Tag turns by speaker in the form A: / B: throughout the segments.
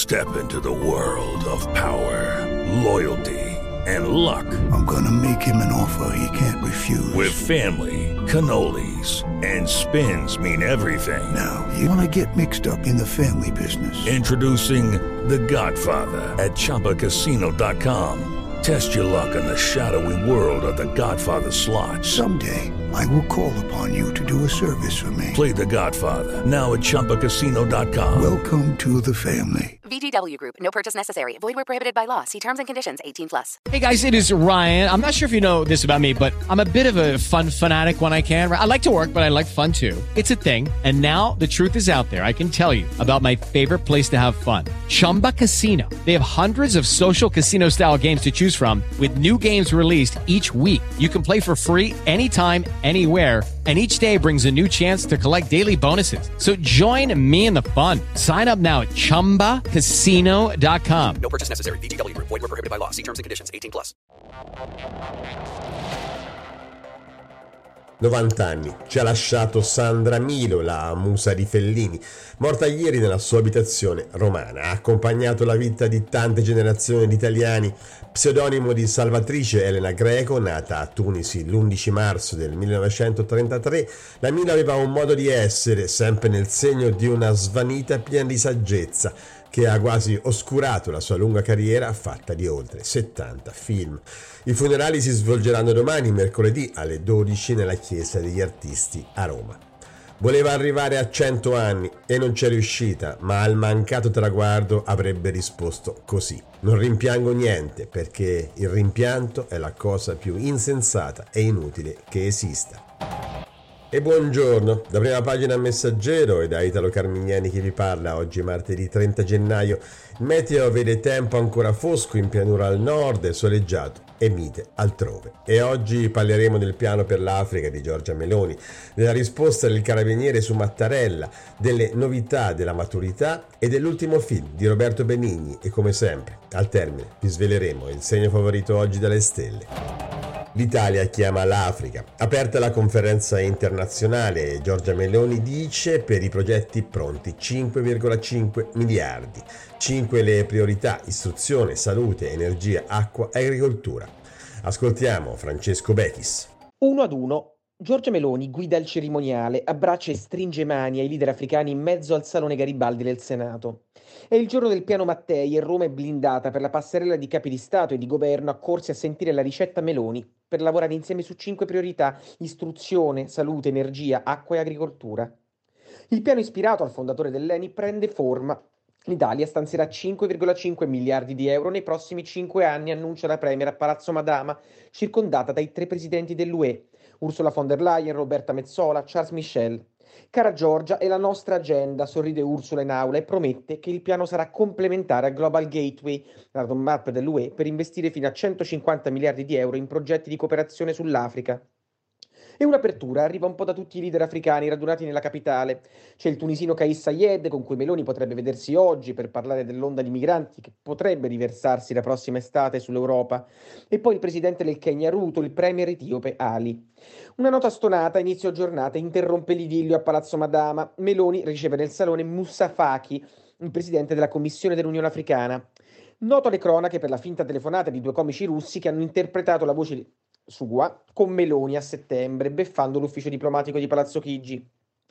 A: Step into the world of power, loyalty, and luck.
B: I'm gonna make him an offer he can't refuse.
A: With family, cannolis, and spins mean everything.
B: Now, you wanna get mixed up in the family business.
A: Introducing The Godfather at ChumbaCasino.com. Test your luck in the shadowy world of The Godfather slot.
B: Someday, I will call upon you to do a service for me.
A: Play The Godfather, now at ChumbaCasino.com.
B: Welcome to the family.
C: VGW Group. No purchase necessary. Void where prohibited by law. See terms and conditions. 18+.
D: Hey guys, it is Ryan. I'm not sure if you know this about me, but I'm a bit of a fun fanatic when I can. I like to work, but I like fun too. It's a thing. And now the truth is out there. I can tell you about my favorite place to have fun. Chumba Casino. They have hundreds of social casino style games to choose from with new games released each week. You can play for free anytime, anywhere. And each day brings a new chance to collect daily bonuses. So join me in the fun. Sign up now at ChumbaCasino.com.
E: No purchase necessary. VGW Group. Void where prohibited by law. See terms and conditions. 18+.
F: 90 anni. Ci ha lasciato Sandra Milo, la musa di Fellini, morta ieri nella sua abitazione romana. Ha accompagnato la vita di tante generazioni di italiani. Pseudonimo di Salvatrice Elena Greco, nata a Tunisi l'11 marzo del 1933, la Milo aveva un modo di essere sempre nel segno di una svanita piena di saggezza che ha quasi oscurato la sua lunga carriera fatta di oltre 70 film. I funerali si svolgeranno domani, mercoledì, alle 12 nella Chiesa degli Artisti a Roma. Voleva arrivare a 100 anni e non c'è riuscita, ma al mancato traguardo avrebbe risposto così: non rimpiango niente, perché il rimpianto è la cosa più insensata e inutile che esista. E buongiorno, da Prima Pagina Messaggero e da Italo Carmignani che vi parla. Oggi martedì 30 gennaio, il meteo vede tempo ancora fosco in pianura al nord e soleggiato e mite altrove. E oggi parleremo del piano per l'Africa di Giorgia Meloni, della risposta del Carabiniere su Mattarella, delle novità della maturità e dell'ultimo film di Roberto Benigni e, come sempre, al termine vi sveleremo il segno favorito oggi dalle stelle. L'Italia chiama l'Africa. Aperta la conferenza internazionale, Giorgia Meloni dice: per i progetti pronti 5,5 miliardi. 5 le priorità: istruzione, salute, energia, acqua e agricoltura. Ascoltiamo Francesco Bechis.
G: 1 ad 1. Giorgia Meloni guida il cerimoniale, abbraccia e stringe mani ai leader africani in mezzo al Salone Garibaldi del Senato. È il giorno del piano Mattei e Roma è blindata per la passerella di capi di Stato e di governo accorsi a sentire la ricetta Meloni per lavorare insieme su 5 priorità: istruzione, salute, energia, acqua e agricoltura. Il piano ispirato al fondatore dell'ENI prende forma. L'Italia stanzierà 5,5 miliardi di euro nei prossimi 5 anni, annuncia la Premier a Palazzo Madama, circondata dai 3 presidenti dell'UE, Ursula von der Leyen, Roberta Metsola, Charles Michel. Cara Giorgia, è la nostra agenda, sorride Ursula in aula e promette che il piano sarà complementare al Global Gateway, la roadmap dell'UE, per investire fino a 150 miliardi di euro in progetti di cooperazione sull'Africa. E un'apertura arriva un po' da tutti i leader africani radunati nella capitale. C'è il tunisino Kais Saied, con cui Meloni potrebbe vedersi oggi per parlare dell'onda di migranti che potrebbe riversarsi la prossima estate sull'Europa. E poi il presidente del Kenya Ruto, il premier etiope Ali. Una nota stonata a inizio giornata interrompe l'idillio a Palazzo Madama. Meloni riceve nel salone Moussa Faki, il presidente della Commissione dell'Unione Africana. Noto alle cronache per la finta telefonata di 2 comici russi che hanno interpretato la voce sua con Meloni a settembre, beffando l'ufficio diplomatico di Palazzo Chigi.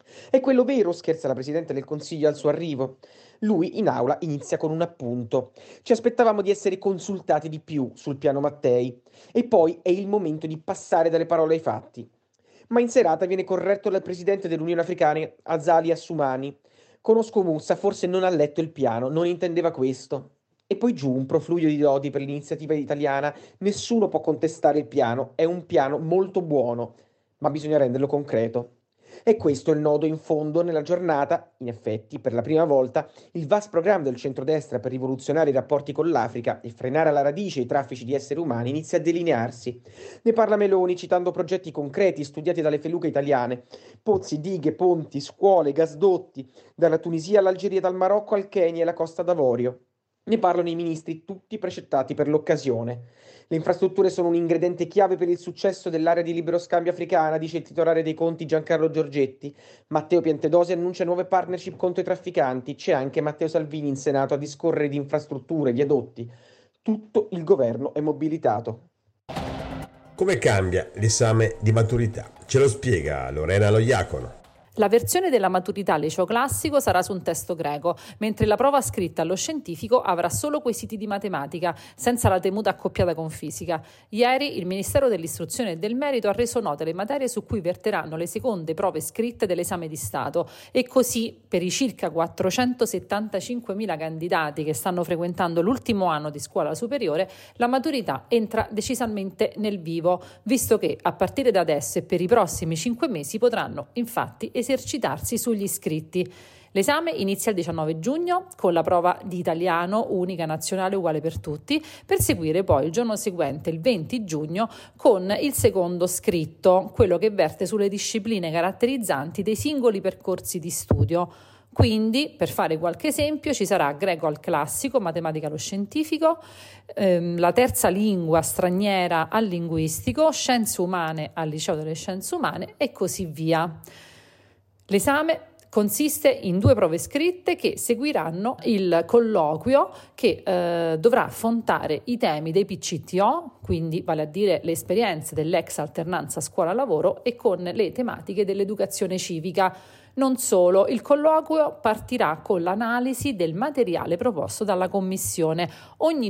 G: È quello vero, scherza la Presidente del Consiglio al suo arrivo. Lui in aula inizia con un appunto. Ci aspettavamo di essere consultati di più sul piano Mattei. E poi è il momento di passare dalle parole ai fatti. Ma in serata viene corretto dal Presidente dell'Unione Africana, Azali Assoumani. Conosco Moussa, forse non ha letto il piano, non intendeva questo. E poi giù un profluvio di lodi per l'iniziativa italiana. Nessuno può contestare il piano, è un piano molto buono, ma bisogna renderlo concreto. E questo è il nodo in fondo nella giornata. In effetti, per la prima volta, il vast programma del centrodestra per rivoluzionare i rapporti con l'Africa e frenare alla radice i traffici di esseri umani inizia a delinearsi. Ne parla Meloni citando progetti concreti studiati dalle feluche italiane: pozzi, dighe, ponti, scuole, gasdotti, dalla Tunisia all'Algeria, dal Marocco al Kenya e alla Costa d'Avorio. Ne parlano i ministri, tutti precettati per l'occasione. Le infrastrutture sono un ingrediente chiave per il successo dell'area di libero scambio africana, dice il titolare dei conti Giancarlo Giorgetti. Matteo Piantedosi annuncia nuove partnership contro i trafficanti. C'è anche Matteo Salvini in Senato a discorrere di infrastrutture, viadotti. Tutto il governo è mobilitato.
F: Come cambia l'esame di maturità? Ce lo spiega Lorena Loiacono.
H: La versione della maturità al liceo classico sarà su un testo greco, mentre la prova scritta allo scientifico avrà solo quesiti di matematica, senza la temuta accoppiata con fisica. Ieri il Ministero dell'Istruzione e del Merito ha reso note le materie su cui verteranno le seconde prove scritte dell'esame di Stato e così per i circa 475.000 candidati che stanno frequentando l'ultimo anno di scuola superiore, la maturità entra decisamente nel vivo, visto che a partire da adesso e per i prossimi 5 mesi potranno infatti esercitarsi sugli iscritti. L'esame inizia il 19 giugno con la prova di italiano unica nazionale uguale per tutti, per seguire poi il giorno seguente, il 20 giugno, con il secondo scritto, quello che verte sulle discipline caratterizzanti dei singoli percorsi di studio. Quindi, per fare qualche esempio, ci sarà greco al classico, matematica allo scientifico, la terza lingua straniera al linguistico, scienze umane al liceo delle scienze umane e così via. L'esame consiste in 2 prove scritte che seguiranno il colloquio che dovrà affrontare i temi dei PCTO, quindi vale a dire le esperienze dell'ex alternanza scuola-lavoro e con le tematiche dell'educazione civica. Non solo, il colloquio partirà con l'analisi del materiale proposto dalla commissione. Ogni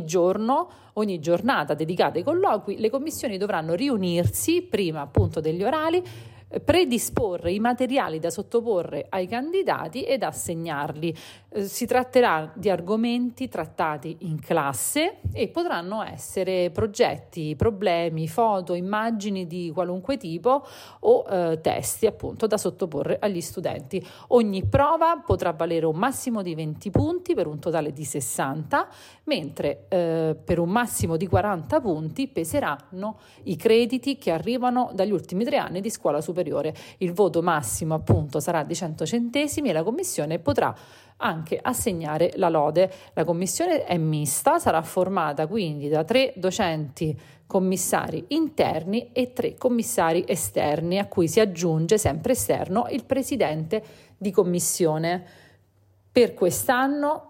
H: giornata dedicata ai colloqui, le commissioni dovranno riunirsi prima appunto degli orali, predisporre i materiali da sottoporre ai candidati ed assegnarli. Si tratterà di argomenti trattati in classe e potranno essere progetti, problemi, foto, immagini di qualunque tipo o testi appunto da sottoporre agli studenti. Ogni prova potrà valere un massimo di 20 punti per un totale di 60, mentre per un massimo di 40 punti peseranno i crediti che arrivano dagli ultimi 3 anni di scuola superiore. Il voto massimo appunto sarà di 100 centesimi e la commissione potrà anche assegnare la lode. La commissione è mista, sarà formata quindi da 3 docenti commissari interni e 3 commissari esterni, a cui si aggiunge sempre esterno il presidente di commissione. Per quest'anno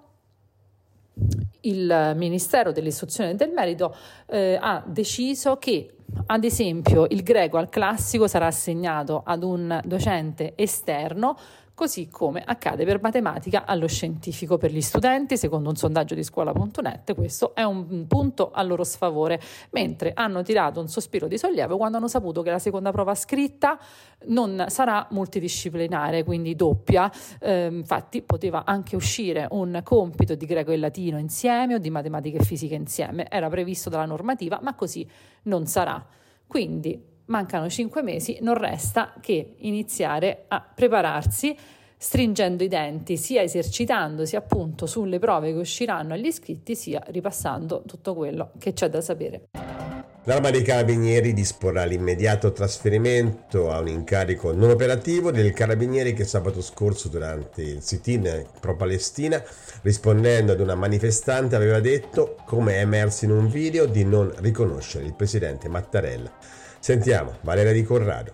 H: il Ministero dell'Istruzione e del Merito ha deciso che ad esempio il greco al classico sarà assegnato ad un docente esterno, così come accade per matematica allo scientifico per gli studenti, secondo un sondaggio di scuola.net. Questo è un punto a loro sfavore, mentre hanno tirato un sospiro di sollievo quando hanno saputo che la seconda prova scritta non sarà multidisciplinare, quindi doppia. Infatti poteva anche uscire un compito di greco e latino insieme o di matematica e fisica insieme, era previsto dalla normativa, ma così non sarà. Quindi mancano 5 mesi, non resta che iniziare a prepararsi stringendo i denti, sia esercitandosi appunto sulle prove che usciranno agli iscritti, sia ripassando tutto quello che c'è da sapere.
F: L'Arma dei Carabinieri disporrà l'immediato trasferimento a un incarico non operativo del carabiniere che sabato scorso durante il sit-in pro-Palestina, rispondendo ad una manifestante, aveva detto, come è emerso in un video, di non riconoscere il presidente Mattarella. Sentiamo Valeria Di Corrado.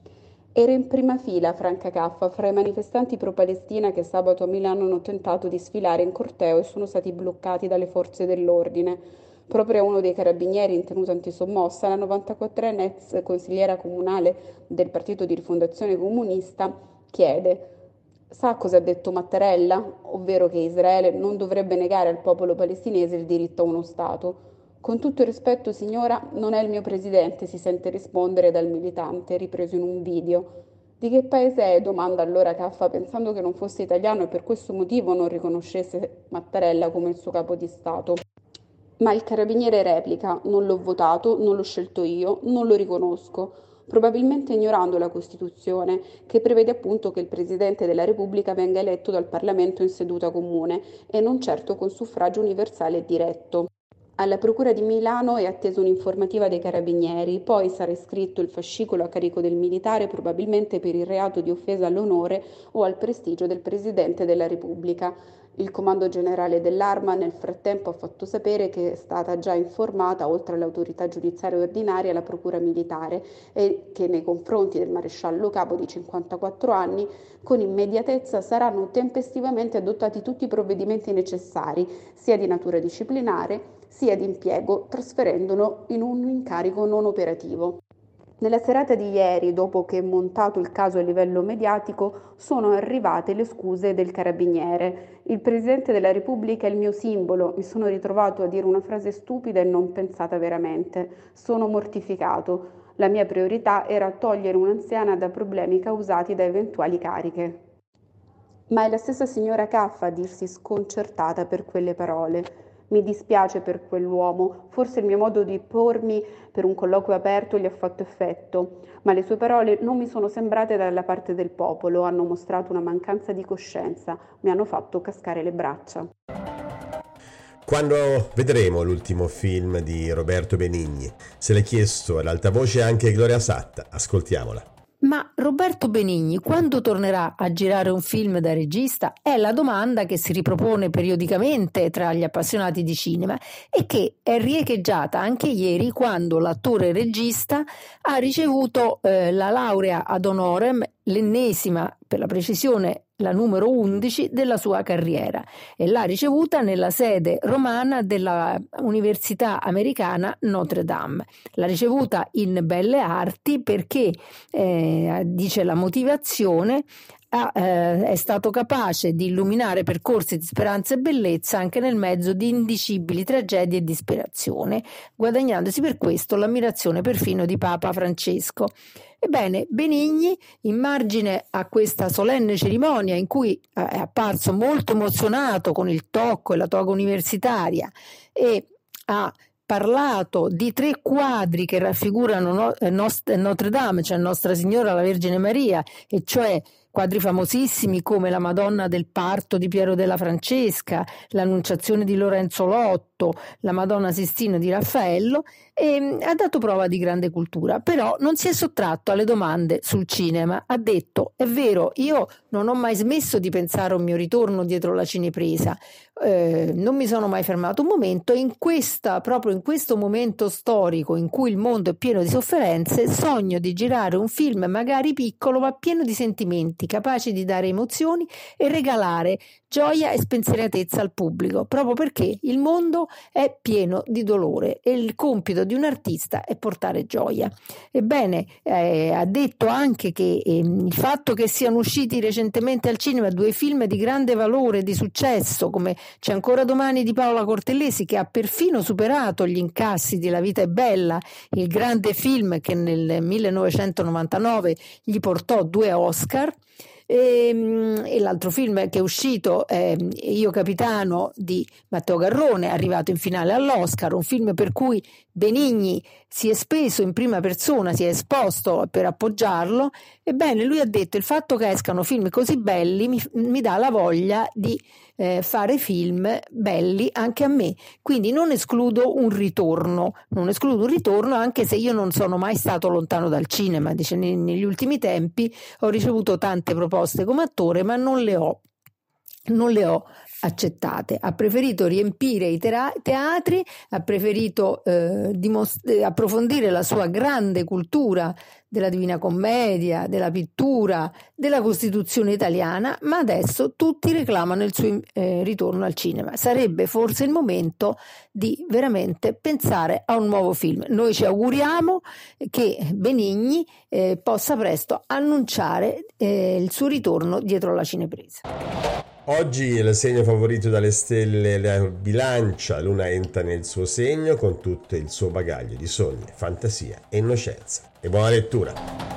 I: Era in prima fila Franca Caffa fra i manifestanti pro-Palestina che sabato a Milano hanno tentato di sfilare in corteo e sono stati bloccati dalle forze dell'ordine. Proprio uno dei carabinieri in tenuta antisommossa, la 94enne ex consigliera comunale del Partito di Rifondazione Comunista, chiede: sa cosa ha detto Mattarella? Ovvero che Israele non dovrebbe negare al popolo palestinese il diritto a uno Stato. Con tutto il rispetto, signora, non è il mio presidente, si sente rispondere dal militante, ripreso in un video. Di che paese è? Domanda allora Caffa, pensando che non fosse italiano e per questo motivo non riconoscesse Mattarella come il suo capo di Stato. Ma il carabiniere replica: non l'ho votato, non l'ho scelto io, non lo riconosco, probabilmente ignorando la Costituzione, che prevede appunto che il Presidente della Repubblica venga eletto dal Parlamento in seduta comune e non certo con suffragio universale e diretto. Alla Procura di Milano è attesa un'informativa dei Carabinieri, poi sarà iscritto il fascicolo a carico del militare, probabilmente per il reato di offesa all'onore o al prestigio del Presidente della Repubblica. Il comando generale dell'Arma nel frattempo ha fatto sapere che è stata già informata, oltre all'autorità giudiziaria ordinaria, la procura militare e che nei confronti del maresciallo capo di 54 anni con immediatezza saranno tempestivamente adottati tutti i provvedimenti necessari, sia di natura disciplinare sia di impiego, trasferendolo in un incarico non operativo. Nella serata di ieri, dopo che è montato il caso a livello mediatico, sono arrivate le scuse del carabiniere. Il Presidente della Repubblica è il mio simbolo, mi sono ritrovato a dire una frase stupida e non pensata veramente. Sono mortificato. La mia priorità era togliere un'anziana da problemi causati da eventuali cariche. Ma è la stessa signora Caffa a dirsi sconcertata per quelle parole. Mi dispiace per quell'uomo, forse il mio modo di pormi per un colloquio aperto gli ha fatto effetto, ma le sue parole non mi sono sembrate dalla parte del popolo, hanno mostrato una mancanza di coscienza, mi hanno fatto cascare le braccia.
F: Quando vedremo l'ultimo film di Roberto Benigni? Se l'è chiesto ad alta voce anche Gloria Satta, ascoltiamola.
J: Ma Roberto Benigni quando tornerà a girare un film da regista? È la domanda che si ripropone periodicamente tra gli appassionati di cinema e che è riecheggiata anche ieri quando l'attore regista ha ricevuto la laurea ad honorem, l'ennesima, per la precisione la numero 11 della sua carriera, e l'ha ricevuta nella sede romana della Università americana Notre Dame. L'ha ricevuta in belle arti perché, dice la motivazione, è stato capace di illuminare percorsi di speranza e bellezza anche nel mezzo di indicibili tragedie e disperazione, guadagnandosi per questo l'ammirazione perfino di Papa Francesco. Ebbene, Benigni, in margine a questa solenne cerimonia in cui è apparso molto emozionato con il tocco e la toga universitaria e ha parlato di 3 quadri che raffigurano Notre Dame, cioè Nostra Signora la Vergine Maria, e cioè quadri famosissimi come la Madonna del Parto di Piero della Francesca, l'Annunciazione di Lorenzo Lotto, la Madonna Sistina di Raffaello, e ha dato prova di grande cultura, però non si è sottratto alle domande sul cinema. Ha detto: è vero, io non ho mai smesso di pensare a un mio ritorno dietro la cinepresa, non mi sono mai fermato un momento, e proprio in questo momento storico in cui il mondo è pieno di sofferenze, sogno di girare un film magari piccolo ma pieno di sentimenti, capaci di dare emozioni e regalare gioia e spensieratezza al pubblico, proprio perché il mondo è pieno di dolore e il compito di un artista è portare gioia. Ebbene, ha detto anche che il fatto che siano usciti recentemente al cinema 2 film di grande valore e di successo, come C'è ancora domani di Paola Cortellesi, che ha perfino superato gli incassi di La vita è bella, il grande film che nel 1999 gli portò 2 Oscar, e l'altro film che è uscito è Io capitano di Matteo Garrone, arrivato in finale all'Oscar, un film per cui Benigni si è speso in prima persona, si è esposto per appoggiarlo. Ebbene, lui ha detto: il fatto che escano film così belli mi dà la voglia di fare film belli anche a me, quindi non escludo un ritorno, anche se io non sono mai stato lontano dal cinema. Dice: negli ultimi tempi ho ricevuto tante proposte come attore, ma non le ho accettate. Ha preferito riempire i teatri, ha preferito approfondire la sua grande cultura della Divina Commedia, della pittura, della Costituzione italiana, ma adesso tutti reclamano il suo ritorno al cinema. Sarebbe forse il momento di veramente pensare a un nuovo film. Noi ci auguriamo che Benigni possa presto annunciare il suo ritorno dietro la cinepresa.
F: Oggi il segno favorito dalle stelle la bilancia. Luna entra nel suo segno con tutto il suo bagaglio di sogni, fantasia e innocenza. E buona lettura!